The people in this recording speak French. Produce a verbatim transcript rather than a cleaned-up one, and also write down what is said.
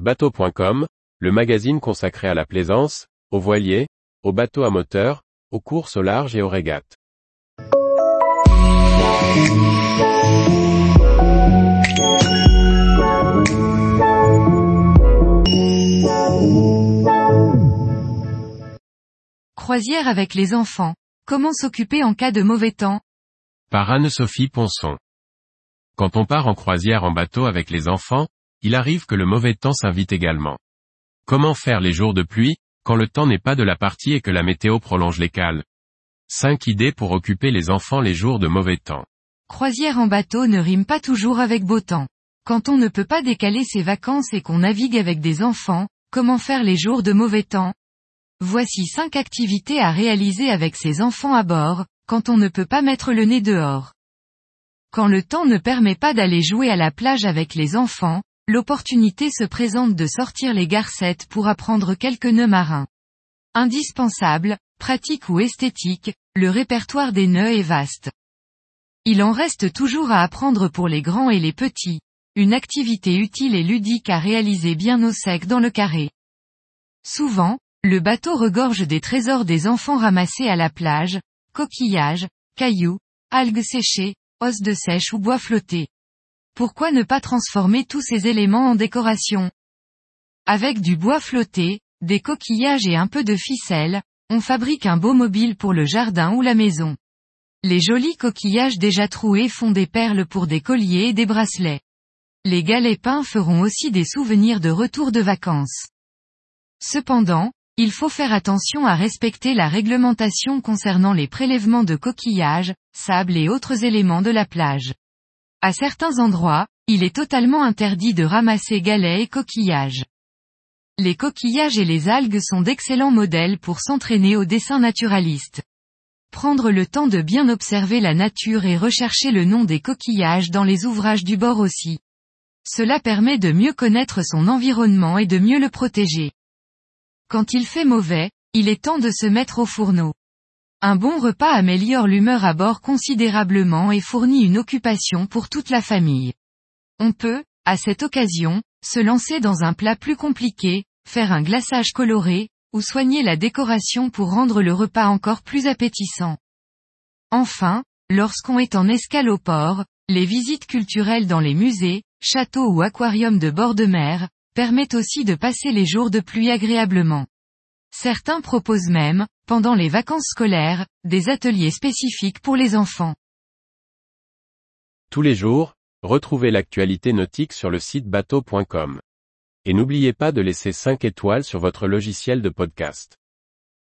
bateau point com, le magazine consacré à la plaisance, aux voiliers, aux bateaux à moteur, aux courses au large et aux régates. Croisière avec les enfants. Comment s'occuper en cas de mauvais temps? Par Anne-Sophie Ponson. Quand on part en croisière en bateau avec les enfants, il arrive que le mauvais temps s'invite également. Comment faire les jours de pluie, quand le temps n'est pas de la partie et que la météo prolonge les cales? cinq idées pour occuper les enfants les jours de mauvais temps. Croisière en bateau ne rime pas toujours avec beau temps. Quand on ne peut pas décaler ses vacances et qu'on navigue avec des enfants, comment faire les jours de mauvais temps? Voici cinq activités à réaliser avec ses enfants à bord, quand on ne peut pas mettre le nez dehors. Quand le temps ne permet pas d'aller jouer à la plage avec les enfants, l'opportunité se présente de sortir les garcettes pour apprendre quelques nœuds marins. Indispensable, pratique ou esthétique, le répertoire des nœuds est vaste. Il en reste toujours à apprendre pour les grands et les petits. Une activité utile et ludique à réaliser bien au sec dans le carré. Souvent, le bateau regorge des trésors des enfants ramassés à la plage, coquillages, cailloux, algues séchées, os de sèche ou bois flotté. Pourquoi ne pas transformer tous ces éléments en décoration? Avec du bois flotté, des coquillages et un peu de ficelle, on fabrique un beau mobile pour le jardin ou la maison. Les jolis coquillages déjà troués font des perles pour des colliers et des bracelets. Les galets peints feront aussi des souvenirs de retour de vacances. Cependant, il faut faire attention à respecter la réglementation concernant les prélèvements de coquillages, sable et autres éléments de la plage. À certains endroits, il est totalement interdit de ramasser galets et coquillages. Les coquillages et les algues sont d'excellents modèles pour s'entraîner au dessin naturaliste. Prendre le temps de bien observer la nature et rechercher le nom des coquillages dans les ouvrages du bord aussi. Cela permet de mieux connaître son environnement et de mieux le protéger. Quand il fait mauvais, il est temps de se mettre au fourneau. Un bon repas améliore l'humeur à bord considérablement et fournit une occupation pour toute la famille. On peut, à cette occasion, se lancer dans un plat plus compliqué, faire un glaçage coloré, ou soigner la décoration pour rendre le repas encore plus appétissant. Enfin, lorsqu'on est en escale au port, les visites culturelles dans les musées, châteaux ou aquariums de bord de mer, permettent aussi de passer les jours de pluie agréablement. Certains proposent même, pendant les vacances scolaires, des ateliers spécifiques pour les enfants. Tous les jours, retrouvez l'actualité nautique sur le site bateau point com. Et n'oubliez pas de laisser cinq étoiles sur votre logiciel de podcast.